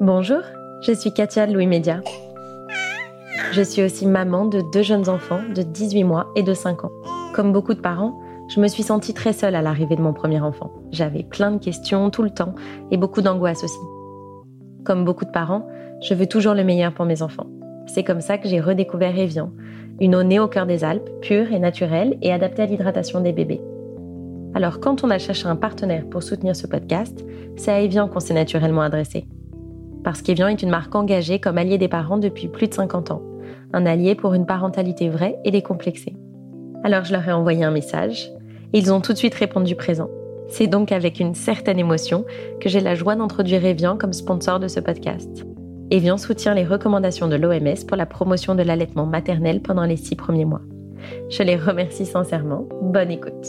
Bonjour, je suis Katia de Louis Média. Je suis aussi maman de 2 jeunes enfants de 18 mois et de 5 ans. Comme beaucoup de parents, je me suis sentie très seule à l'arrivée de mon premier enfant. J'avais plein de questions tout le temps et beaucoup d'angoisse aussi. Comme beaucoup de parents, je veux toujours le meilleur pour mes enfants. C'est comme ça que j'ai redécouvert Evian, une eau née au cœur des Alpes, pure et naturelle et adaptée à l'hydratation des bébés. Alors quand on a cherché un partenaire pour soutenir ce podcast, c'est à Evian qu'on s'est naturellement adressé. Parce qu'Evian est une marque engagée comme allié des parents depuis plus de 50 ans. Un allié pour une parentalité vraie et décomplexée. Alors je leur ai envoyé un message et ils ont tout de suite répondu présent. C'est donc avec une certaine émotion que j'ai la joie d'introduire Evian comme sponsor de ce podcast. Evian soutient les recommandations de l'OMS pour la promotion de l'allaitement maternel pendant les 6 premiers mois. Je les remercie sincèrement. Bonne écoute.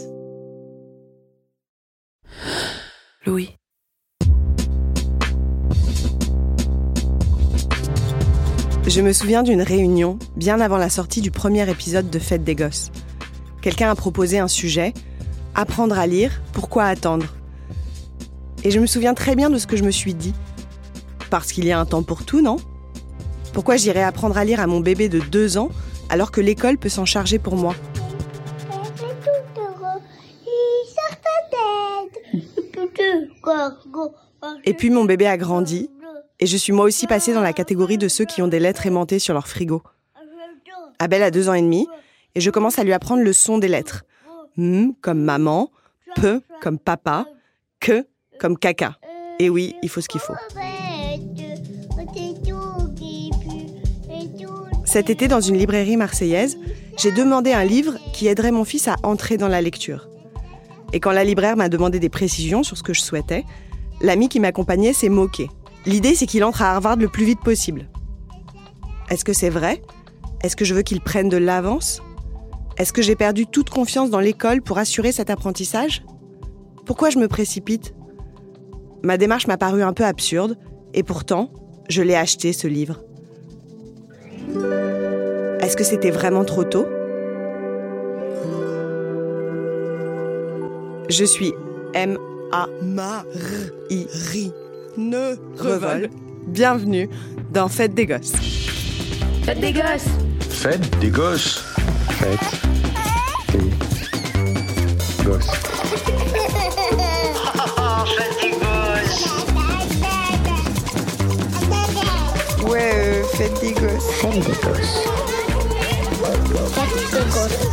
Louis. Je me souviens d'une réunion, bien avant la sortie du premier épisode de Fête des Gosses. Quelqu'un a proposé un sujet, apprendre à lire, pourquoi attendre ? Et je me souviens très bien de ce que je me suis dit. Parce qu'il y a un temps pour tout, non ? Pourquoi j'irais apprendre à lire à mon bébé de 2 ans alors que l'école peut s'en charger pour moi ? Et puis mon bébé a grandi, et je suis moi aussi passée dans la catégorie de ceux qui ont des lettres aimantées sur leur frigo. Abel a 2 ans et demi, et je commence à lui apprendre le son des lettres. M comme maman, P comme papa, Q comme caca. Et oui, il faut ce qu'il faut. Cet été, dans une librairie marseillaise, j'ai demandé un livre qui aiderait mon fils à entrer dans la lecture. Et quand la libraire m'a demandé des précisions sur ce que je souhaitais, l'ami qui m'accompagnait s'est moqué. L'idée, c'est qu'il entre à Harvard le plus vite possible. Est-ce que c'est vrai ? Est-ce que je veux qu'il prenne de l'avance ? Est-ce que j'ai perdu toute confiance dans l'école pour assurer cet apprentissage ? Pourquoi je me précipite ? Ma démarche m'a paru un peu absurde, et pourtant, je l'ai acheté, ce livre. Est-ce que c'était vraiment trop tôt ? Je suis M-A-R-I. Ne revol. Bienvenue dans Fête des Gosses. Fête des Gosses. Fête des Gosses. Fête des Gosses. Fête des Gosses. Ouais, Fête des Gosses. Fête des Gosses. Fête des Gosses.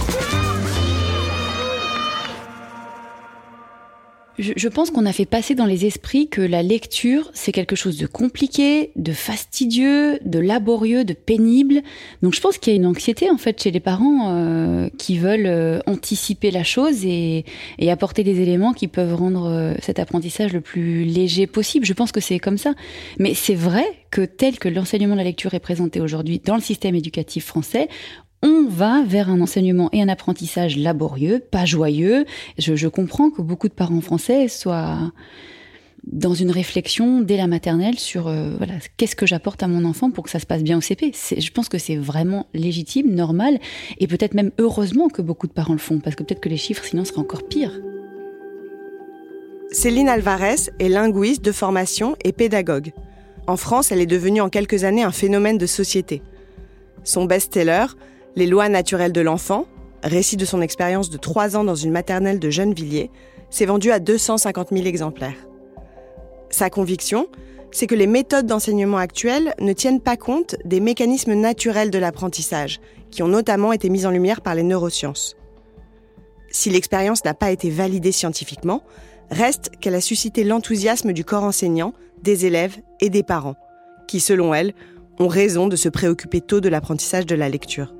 Je pense qu'on a fait passer dans les esprits que la lecture, c'est quelque chose de compliqué, de fastidieux, de laborieux, de pénible. Donc je pense qu'il y a une anxiété en fait chez les parents qui veulent anticiper la chose et apporter des éléments qui peuvent rendre cet apprentissage le plus léger possible. Je pense que c'est comme ça. Mais c'est vrai que tel que l'enseignement de la lecture est présenté aujourd'hui dans le système éducatif français, on va vers un enseignement et un apprentissage laborieux, pas joyeux. Je comprends que beaucoup de parents français soient dans une réflexion dès la maternelle sur qu'est-ce que j'apporte à mon enfant pour que ça se passe bien au CP. Je pense que c'est vraiment légitime, normal, et peut-être même heureusement que beaucoup de parents le font, parce que peut-être que les chiffres sinon seraient encore pires. Céline Alvarez est linguiste de formation et pédagogue. En France, elle est devenue en quelques années un phénomène de société. Son best-seller, Les lois naturelles de l'enfant, récit de son expérience de 3 ans dans une maternelle de Gennevilliers, s'est vendu à 250 000 exemplaires. Sa conviction, c'est que les méthodes d'enseignement actuelles ne tiennent pas compte des mécanismes naturels de l'apprentissage, qui ont notamment été mis en lumière par les neurosciences. Si l'expérience n'a pas été validée scientifiquement, reste qu'elle a suscité l'enthousiasme du corps enseignant, des élèves et des parents, qui, selon elle, ont raison de se préoccuper tôt de l'apprentissage de la lecture.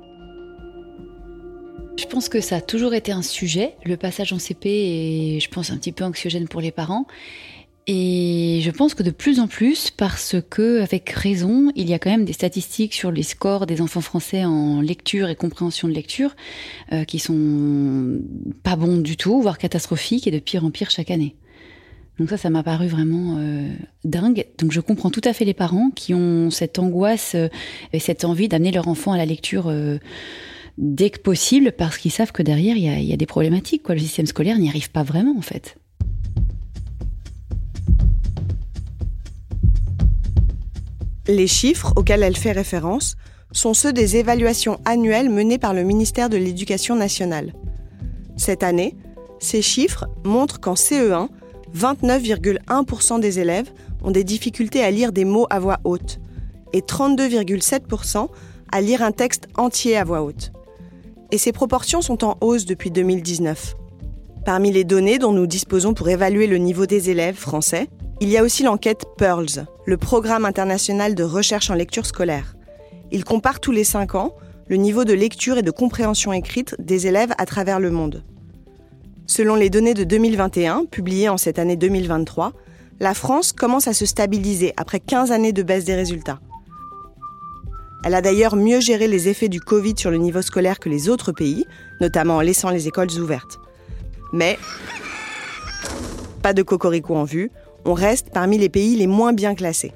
Je pense que ça a toujours été un sujet. Le passage en CP est, je pense, un petit peu anxiogène pour les parents. Et je pense que de plus en plus, parce que, avec raison, il y a quand même des statistiques sur les scores des enfants français en lecture et compréhension de lecture qui sont pas bons du tout, voire catastrophiques, et de pire en pire chaque année. Donc ça m'a paru vraiment dingue. Donc je comprends tout à fait les parents qui ont cette angoisse et cette envie d'amener leur enfant à la lecture dès que possible, parce qu'ils savent que derrière, il y a des problématiques, quoi. Le système scolaire n'y arrive pas vraiment, en fait. Les chiffres auxquels elle fait référence sont ceux des évaluations annuelles menées par le ministère de l'Éducation nationale. Cette année, ces chiffres montrent qu'en CE1, 29,1% des élèves ont des difficultés à lire des mots à voix haute et 32,7% à lire un texte entier à voix haute. Et ces proportions sont en hausse depuis 2019. Parmi les données dont nous disposons pour évaluer le niveau des élèves français, il y a aussi l'enquête PEARLS, le Programme international de recherche en lecture scolaire. Il compare tous les 5 ans le niveau de lecture et de compréhension écrite des élèves à travers le monde. Selon les données de 2021, publiées en cette année 2023, la France commence à se stabiliser après 15 années de baisse des résultats. Elle a d'ailleurs mieux géré les effets du Covid sur le niveau scolaire que les autres pays, notamment en laissant les écoles ouvertes. Mais, pas de cocorico en vue, on reste parmi les pays les moins bien classés.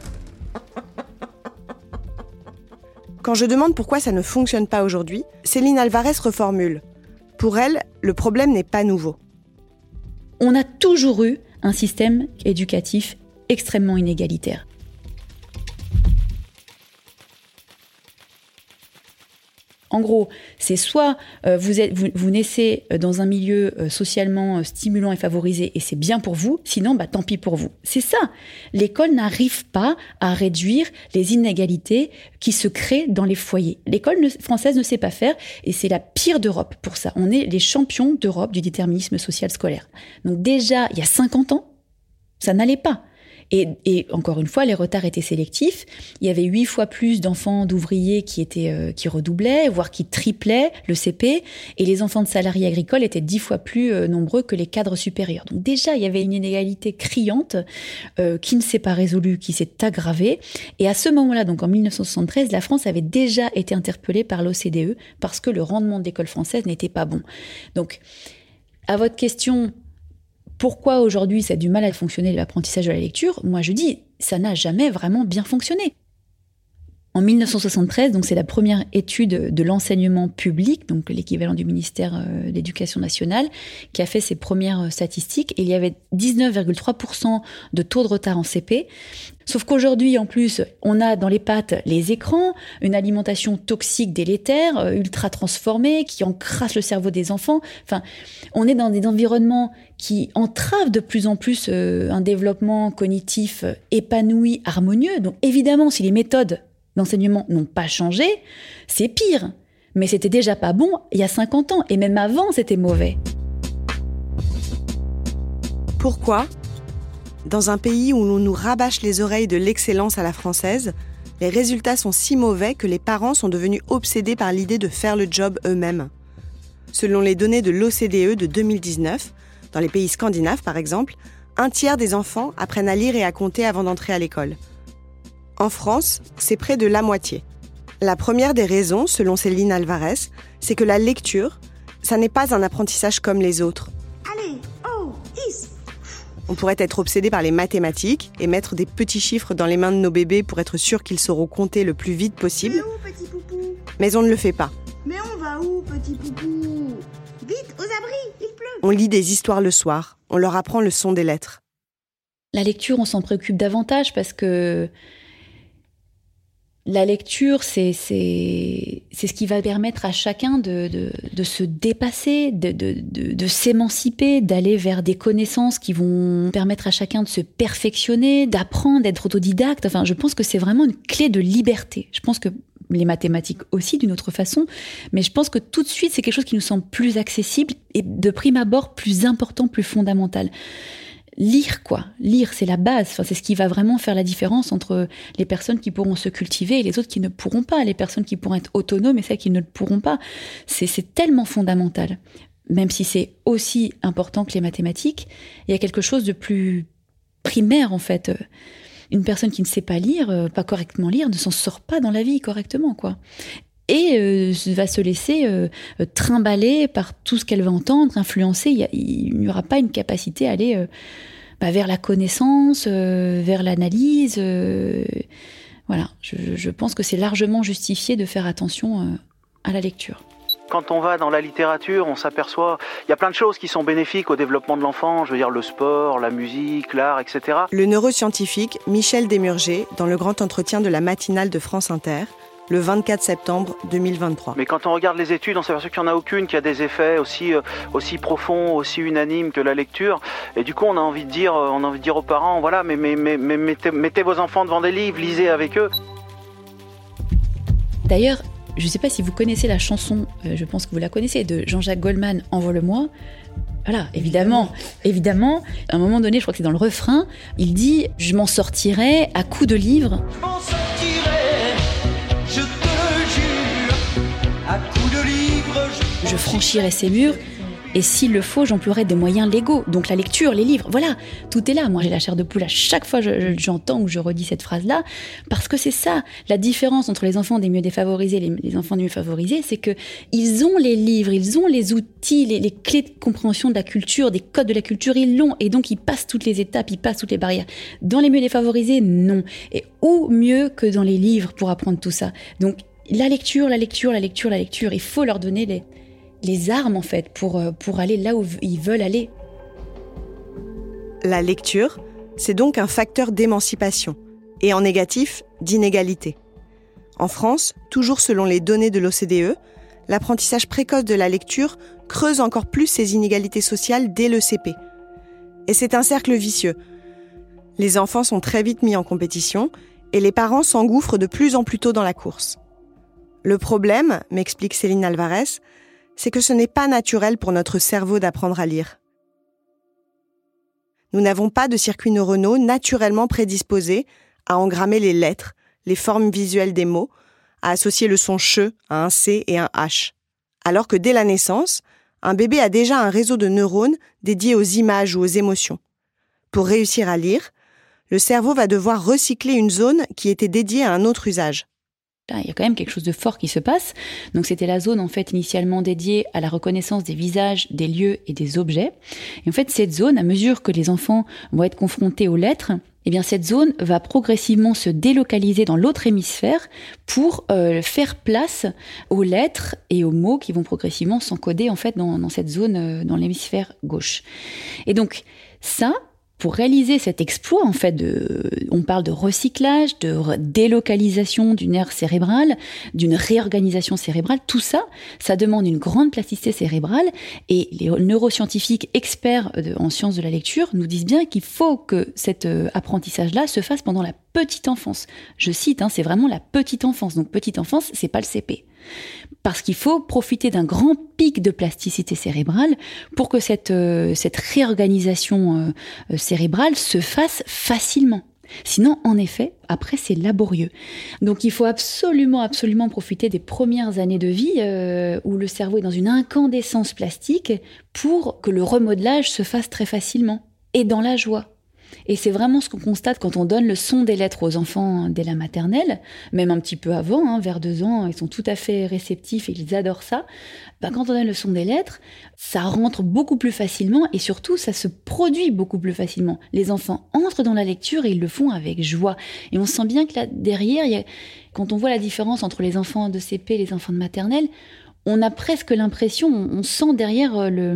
Quand je demande pourquoi ça ne fonctionne pas aujourd'hui, Céline Alvarez reformule. Pour elle, le problème n'est pas nouveau. On a toujours eu un système éducatif extrêmement inégalitaire. En gros, c'est soit vous naissez dans un milieu socialement stimulant et favorisé et c'est bien pour vous, sinon tant pis pour vous. C'est ça. L'école n'arrive pas à réduire les inégalités qui se créent dans les foyers. L'école française ne sait pas faire et c'est la pire d'Europe pour ça. On est les champions d'Europe du déterminisme social scolaire. Donc déjà, il y a 50 ans, ça n'allait pas. Et encore une fois, les retards étaient sélectifs. Il y avait 8 fois plus d'enfants d'ouvriers qui redoublaient, voire qui triplaient le CP. Et les enfants de salariés agricoles étaient 10 fois plus nombreux que les cadres supérieurs. Donc déjà, il y avait une inégalité criante qui ne s'est pas résolue, qui s'est aggravée. Et à ce moment-là, donc en 1973, la France avait déjà été interpellée par l'OCDE parce que le rendement de l'école française n'était pas bon. Donc, à votre question... Pourquoi aujourd'hui ça a du mal à fonctionner l'apprentissage de la lecture ? Moi je dis, ça n'a jamais vraiment bien fonctionné. En 1973, donc c'est la première étude de l'enseignement public, donc l'équivalent du ministère de l'Éducation nationale, qui a fait ses premières statistiques. Et il y avait 19,3% de taux de retard en CP. Sauf qu'aujourd'hui, en plus, on a dans les pattes les écrans, une alimentation toxique délétère, ultra transformée, qui encrasse le cerveau des enfants. Enfin, on est dans des environnements qui entravent de plus en plus un développement cognitif épanoui, harmonieux. Donc évidemment, si les méthodes d'enseignement n'ont pas changé, c'est pire. Mais c'était déjà pas bon il y a 50 ans, et même avant, c'était mauvais. Pourquoi ? Dans un pays où l'on nous rabâche les oreilles de l'excellence à la française, les résultats sont si mauvais que les parents sont devenus obsédés par l'idée de faire le job eux-mêmes. Selon les données de l'OCDE de 2019, dans les pays scandinaves par exemple, 1/3 des enfants apprennent à lire et à compter avant d'entrer à l'école. En France, c'est près de la moitié. La première des raisons, selon Céline Alvarez, c'est que la lecture, ça n'est pas un apprentissage comme les autres. Allez, oh, is. On pourrait être obsédé par les mathématiques et mettre des petits chiffres dans les mains de nos bébés pour être sûr qu'ils sauront compter le plus vite possible. Mais où, petit poupou ? Mais on ne le fait pas. Mais on va où, petit poupou ? Vite, aux abris, il pleut. On lit des histoires le soir, on leur apprend le son des lettres. La lecture, on s'en préoccupe davantage parce que la lecture, c'est ce qui va permettre à chacun de se dépasser, de s'émanciper, d'aller vers des connaissances qui vont permettre à chacun de se perfectionner, d'apprendre, d'être autodidacte. Enfin, je pense que c'est vraiment une clé de liberté. Je pense que les mathématiques aussi, d'une autre façon, mais je pense que tout de suite, c'est quelque chose qui nous semble plus accessible et de prime abord plus important, plus fondamental. Lire, quoi. Lire, c'est la base. Enfin, c'est ce qui va vraiment faire la différence entre les personnes qui pourront se cultiver et les autres qui ne pourront pas. Les personnes qui pourront être autonomes et celles qui ne le pourront pas. C'est tellement fondamental. Même si c'est aussi important que les mathématiques, il y a quelque chose de plus primaire, en fait. Une personne qui ne sait pas lire, pas correctement lire, ne s'en sort pas dans la vie correctement, quoi. Et va se laisser trimballer par tout ce qu'elle va entendre, influencer. Il n'y aura pas une capacité à aller vers la connaissance, vers l'analyse. Voilà, je pense que c'est largement justifié de faire attention à la lecture. Quand on va dans la littérature, on s'aperçoit, il y a plein de choses qui sont bénéfiques au développement de l'enfant, je veux dire le sport, la musique, l'art, etc. Le neuroscientifique Michel Desmurger, dans le grand entretien de la matinale de France Inter, le 24 septembre 2023. Mais quand on regarde les études, on s'aperçoit qu'il n'y en a aucune qui a des effets aussi profonds, aussi unanimes que la lecture. Et du coup, on a envie de dire aux parents, voilà, mais mettez vos enfants devant des livres, lisez avec eux. D'ailleurs, je ne sais pas si vous connaissez la chanson, je pense que vous la connaissez, de Jean-Jacques Goldman, Envole-moi. Voilà, évidemment, à un moment donné, je crois que c'est dans le refrain, il dit « Je m'en sortirai à coups de livres ». Je m'en sortirai, je te le jure, à coups de livres. Je franchirai ces murs. Et s'il le faut, j'emploierai des moyens légaux. Donc la lecture, les livres, voilà, tout est là. Moi, j'ai la chair de poule à chaque fois que j'entends ou je redis cette phrase-là, parce que c'est ça, la différence entre les enfants des milieux défavorisés et les enfants des milieux favorisés, c'est qu'ils ont les livres, ils ont les outils, les clés de compréhension de la culture, des codes de la culture, ils l'ont. Et donc, ils passent toutes les étapes, ils passent toutes les barrières. Dans les milieux défavorisés, non. Et où mieux que dans les livres pour apprendre tout ça. Donc, la lecture, il faut leur donner les armes, en fait, pour aller là où ils veulent aller. La lecture, c'est donc un facteur d'émancipation, et en négatif, d'inégalité. En France, toujours selon les données de l'OCDE, l'apprentissage précoce de la lecture creuse encore plus ces inégalités sociales dès le CP. Et c'est un cercle vicieux. Les enfants sont très vite mis en compétition, et les parents s'engouffrent de plus en plus tôt dans la course. Le problème, m'explique Céline Alvarez, c'est que ce n'est pas naturel pour notre cerveau d'apprendre à lire. Nous n'avons pas de circuits neuronaux naturellement prédisposés à engrammer les lettres, les formes visuelles des mots, à associer le son che à un c et un h. Alors que dès la naissance, un bébé a déjà un réseau de neurones dédiés aux images ou aux émotions. Pour réussir à lire, le cerveau va devoir recycler une zone qui était dédiée à un autre usage. Il y a quand même quelque chose de fort qui se passe. Donc c'était la zone en fait initialement dédiée à la reconnaissance des visages, des lieux et des objets. Et en fait cette zone, à mesure que les enfants vont être confrontés aux lettres, eh bien cette zone va progressivement se délocaliser dans l'autre hémisphère pour faire place aux lettres et aux mots qui vont progressivement s'encoder en fait dans cette zone, dans l'hémisphère gauche. Et donc ça, pour réaliser cet exploit, en fait, on parle de recyclage, de délocalisation d'une aire cérébrale, d'une réorganisation cérébrale, tout ça, ça demande une grande plasticité cérébrale et les neuroscientifiques experts en sciences de la lecture nous disent bien qu'il faut que cet apprentissage-là se fasse pendant la petite enfance. Je cite, c'est vraiment la petite enfance. Donc petite enfance, c'est pas le CP. Parce qu'il faut profiter d'un grand pic de plasticité cérébrale pour que cette réorganisation cérébrale se fasse facilement. Sinon, en effet, après, c'est laborieux. Donc, il faut absolument profiter des premières années de vie où le cerveau est dans une incandescence plastique pour que le remodelage se fasse très facilement et dans la joie. Et c'est vraiment ce qu'on constate quand on donne le son des lettres aux enfants dès la maternelle, même un petit peu avant, vers 2 ans, ils sont tout à fait réceptifs et ils adorent ça. Quand on donne le son des lettres, ça rentre beaucoup plus facilement et surtout, ça se produit beaucoup plus facilement. Les enfants entrent dans la lecture et ils le font avec joie. Et on sent bien que là, derrière, quand on voit la différence entre les enfants de CP et les enfants de maternelle, on a presque l'impression, on sent derrière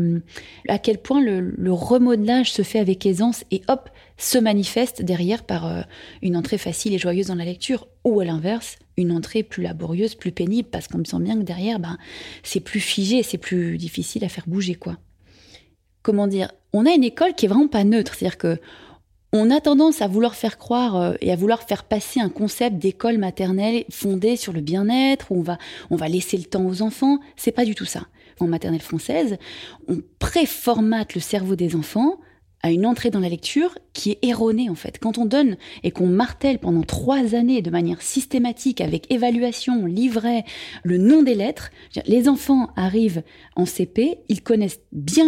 à quel point le remodelage se fait avec aisance et hop, se manifeste derrière par une entrée facile et joyeuse dans la lecture, ou à l'inverse, une entrée plus laborieuse, plus pénible, parce qu'on sent bien que derrière, c'est plus figé, c'est plus difficile à faire bouger, quoi. Comment dire ? On a une école qui est vraiment pas neutre, c'est-à-dire que on a tendance à vouloir faire croire et à vouloir faire passer un concept d'école maternelle fondé sur le bien-être, où on va laisser le temps aux enfants. C'est pas du tout ça. En maternelle française, on préformate le cerveau des enfants à une entrée dans la lecture qui est erronée, en fait. Quand on donne et qu'on martèle pendant 3 années de manière systématique, avec évaluation, livret, le nom des lettres, les enfants arrivent en CP, ils connaissent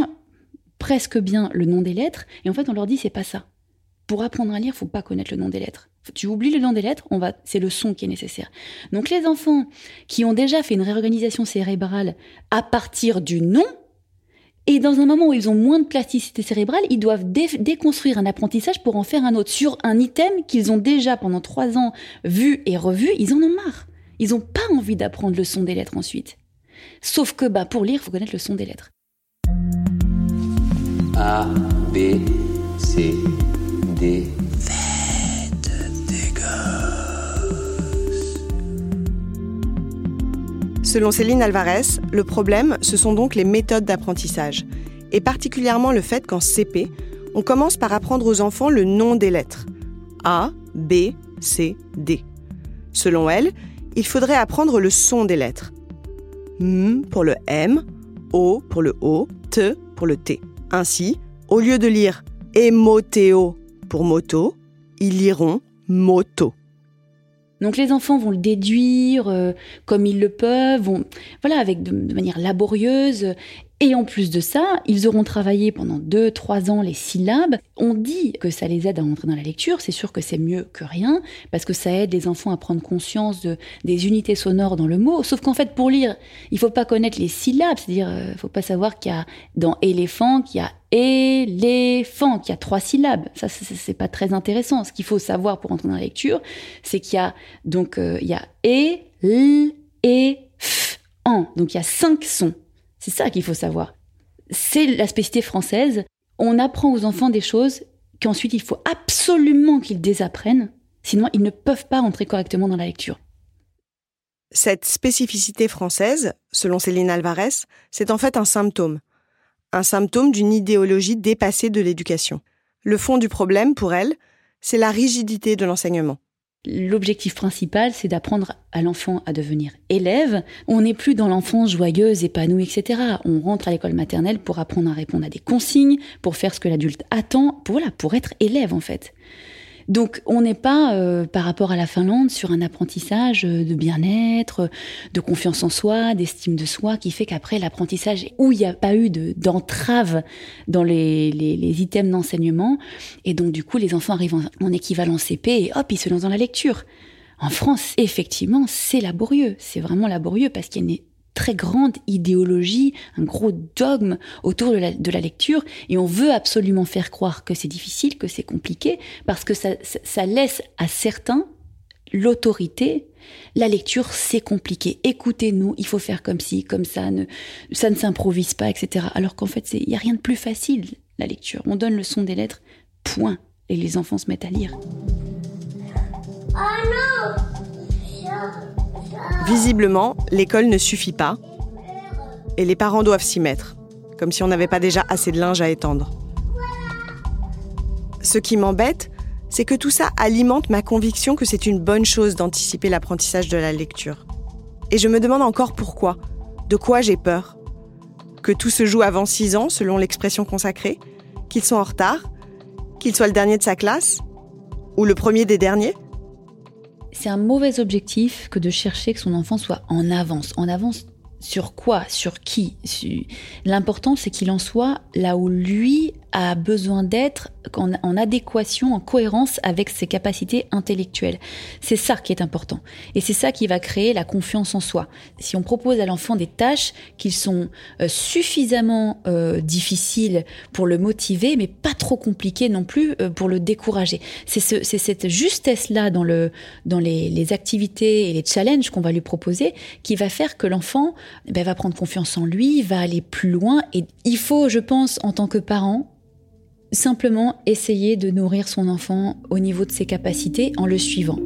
presque bien le nom des lettres, et en fait, on leur dit c'est pas ça. Pour apprendre à lire, faut pas connaître le nom des lettres. Tu oublies le nom des lettres, c'est le son qui est nécessaire. Donc les enfants qui ont déjà fait une réorganisation cérébrale à partir du nom, et dans un moment où ils ont moins de plasticité cérébrale, ils doivent déconstruire un apprentissage pour en faire un autre sur un item qu'ils ont déjà pendant 3 ans vu et revu, ils en ont marre. Ils ont pas envie d'apprendre le son des lettres ensuite. Sauf que pour lire, il faut connaître le son des lettres. A, B, C, D. Faites des gosses. Selon Céline Alvarez, le problème, ce sont donc les méthodes d'apprentissage. Et particulièrement le fait qu'en CP, on commence par apprendre aux enfants le nom des lettres. A, B, C, D. Selon elle, il faudrait apprendre le son des lettres. M pour le M, O pour le O, T pour le T. Ainsi, au lieu de lire « émotéo » pour moto, ils liront « moto ». Donc les enfants vont le déduire comme ils le peuvent, avec de manière laborieuse. Et en plus de ça, ils auront travaillé pendant 2-3 ans les syllabes. On dit que ça les aide à entrer dans la lecture, c'est sûr que c'est mieux que rien, parce que ça aide les enfants à prendre conscience des unités sonores dans le mot. Sauf qu'en fait, pour lire, il ne faut pas connaître les syllabes, c'est-à-dire il ne faut pas savoir qu'il y a dans éléphant, qu'il y a éléphant, qu'il y a 3 syllabes. Ça, c'est pas très intéressant. Ce qu'il faut savoir pour entrer dans la lecture, c'est qu'il y a il y a e, l, e, f, an. Donc il y a 5 sons. C'est ça qu'il faut savoir. C'est la spécificité française. On apprend aux enfants des choses qu'ensuite il faut absolument qu'ils désapprennent, sinon ils ne peuvent pas entrer correctement dans la lecture. Cette spécificité française, selon Céline Alvarez, c'est en fait un symptôme. Un symptôme d'une idéologie dépassée de l'éducation. Le fond du problème, pour elle, c'est la rigidité de l'enseignement. L'objectif principal, c'est d'apprendre à l'enfant à devenir élève. On n'est plus dans l'enfance joyeuse, épanouie, etc. On rentre à l'école maternelle pour apprendre à répondre à des consignes, pour faire ce que l'adulte attend, pour être élève en fait. Donc on n'est pas, par rapport à la Finlande, sur un apprentissage de bien-être, de confiance en soi, d'estime de soi, qui fait qu'après l'apprentissage, où il n'y a pas eu d'entrave dans les items d'enseignement, et donc du coup les enfants arrivent en équivalent CP et hop, ils se lancent dans la lecture. En France, effectivement, c'est laborieux, c'est vraiment laborieux parce qu'il y a une très grande idéologie, un gros dogme autour de la lecture, et on veut absolument faire croire que c'est difficile, que c'est compliqué, parce que ça laisse à certains l'autorité. La lecture, c'est compliqué. Écoutez-nous, il faut faire comme ci, comme ça, ça ne s'improvise pas, etc. Alors qu'en fait, il n'y a rien de plus facile, la lecture. On donne le son des lettres, point, et les enfants se mettent à lire. Oh non! Visiblement, l'école ne suffit pas et les parents doivent s'y mettre, comme si on n'avait pas déjà assez de linge à étendre. Ce qui m'embête, c'est que tout ça alimente ma conviction que c'est une bonne chose d'anticiper l'apprentissage de la lecture. Et je me demande encore pourquoi, de quoi j'ai peur. Que tout se joue avant 6 ans, selon l'expression consacrée, qu'ils sont en retard, qu'il soit le dernier de sa classe, ou le premier des derniers. C'est un mauvais objectif que de chercher que son enfant soit en avance. En avance sur quoi? Sur qui? L'important, c'est qu'il en soit là où lui a besoin d'être, en adéquation, en cohérence avec ses capacités intellectuelles. C'est ça qui est important. Et c'est ça qui va créer la confiance en soi. Si on propose à l'enfant des tâches qui sont suffisamment difficiles pour le motiver, mais pas trop compliquées non plus pour le décourager. C'est cette justesse-là dans les activités et les challenges qu'on va lui proposer qui va faire que l'enfant va prendre confiance en lui, va aller plus loin. Et il faut, je pense, en tant que parent, simplement essayer de nourrir son enfant au niveau de ses capacités en le suivant.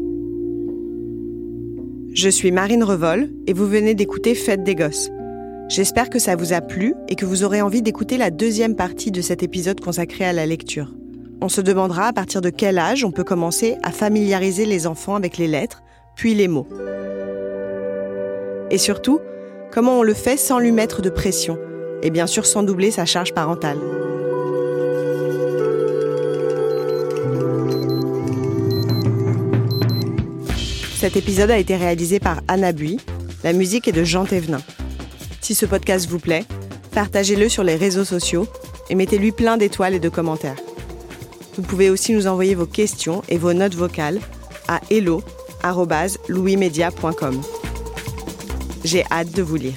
Je suis Marine Revol et vous venez d'écouter Faites des gosses. J'espère que ça vous a plu et que vous aurez envie d'écouter la deuxième partie de cet épisode consacré à la lecture. On se demandera à partir de quel âge on peut commencer à familiariser les enfants avec les lettres, puis les mots. Et surtout, comment on le fait sans lui mettre de pression, et bien sûr sans doubler sa charge parentale. Cet épisode a été réalisé par Anna Bui. La musique est de Jean Thévenin. Si ce podcast vous plaît, partagez-le sur les réseaux sociaux et mettez-lui plein d'étoiles et de commentaires. Vous pouvez aussi nous envoyer vos questions et vos notes vocales à hello@louismedia.com. J'ai hâte de vous lire.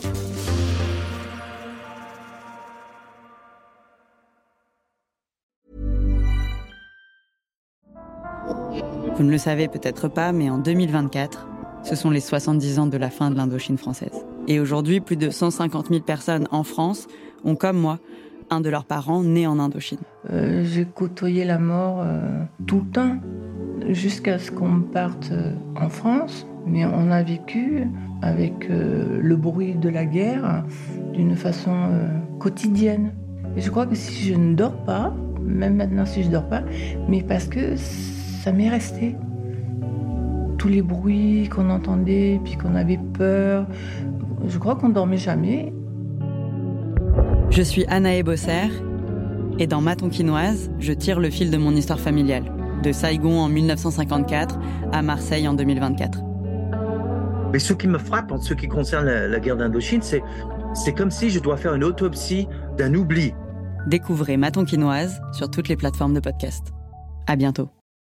Vous ne le savez peut-être pas, mais en 2024, ce sont les 70 ans de la fin de l'Indochine française. Et aujourd'hui, plus de 150 000 personnes en France ont, comme moi, un de leurs parents né en Indochine. J'ai côtoyé la mort tout le temps, jusqu'à ce qu'on parte en France. Mais on a vécu avec le bruit de la guerre d'une façon quotidienne. Et je crois que si je ne dors pas, même maintenant si je ne dors pas, mais parce que ça m'est resté. Tous les bruits qu'on entendait, puis qu'on avait peur, je crois qu'on ne dormait jamais. Je suis Anaë Bosser, et dans Ma Tonkinoise, je tire le fil de mon histoire familiale, de Saïgon en 1954 à Marseille en 2024. Mais ce qui me frappe en ce qui concerne la guerre d'Indochine, c'est comme si je dois faire une autopsie d'un oubli. Découvrez Ma Tonkinoise sur toutes les plateformes de podcast. À bientôt.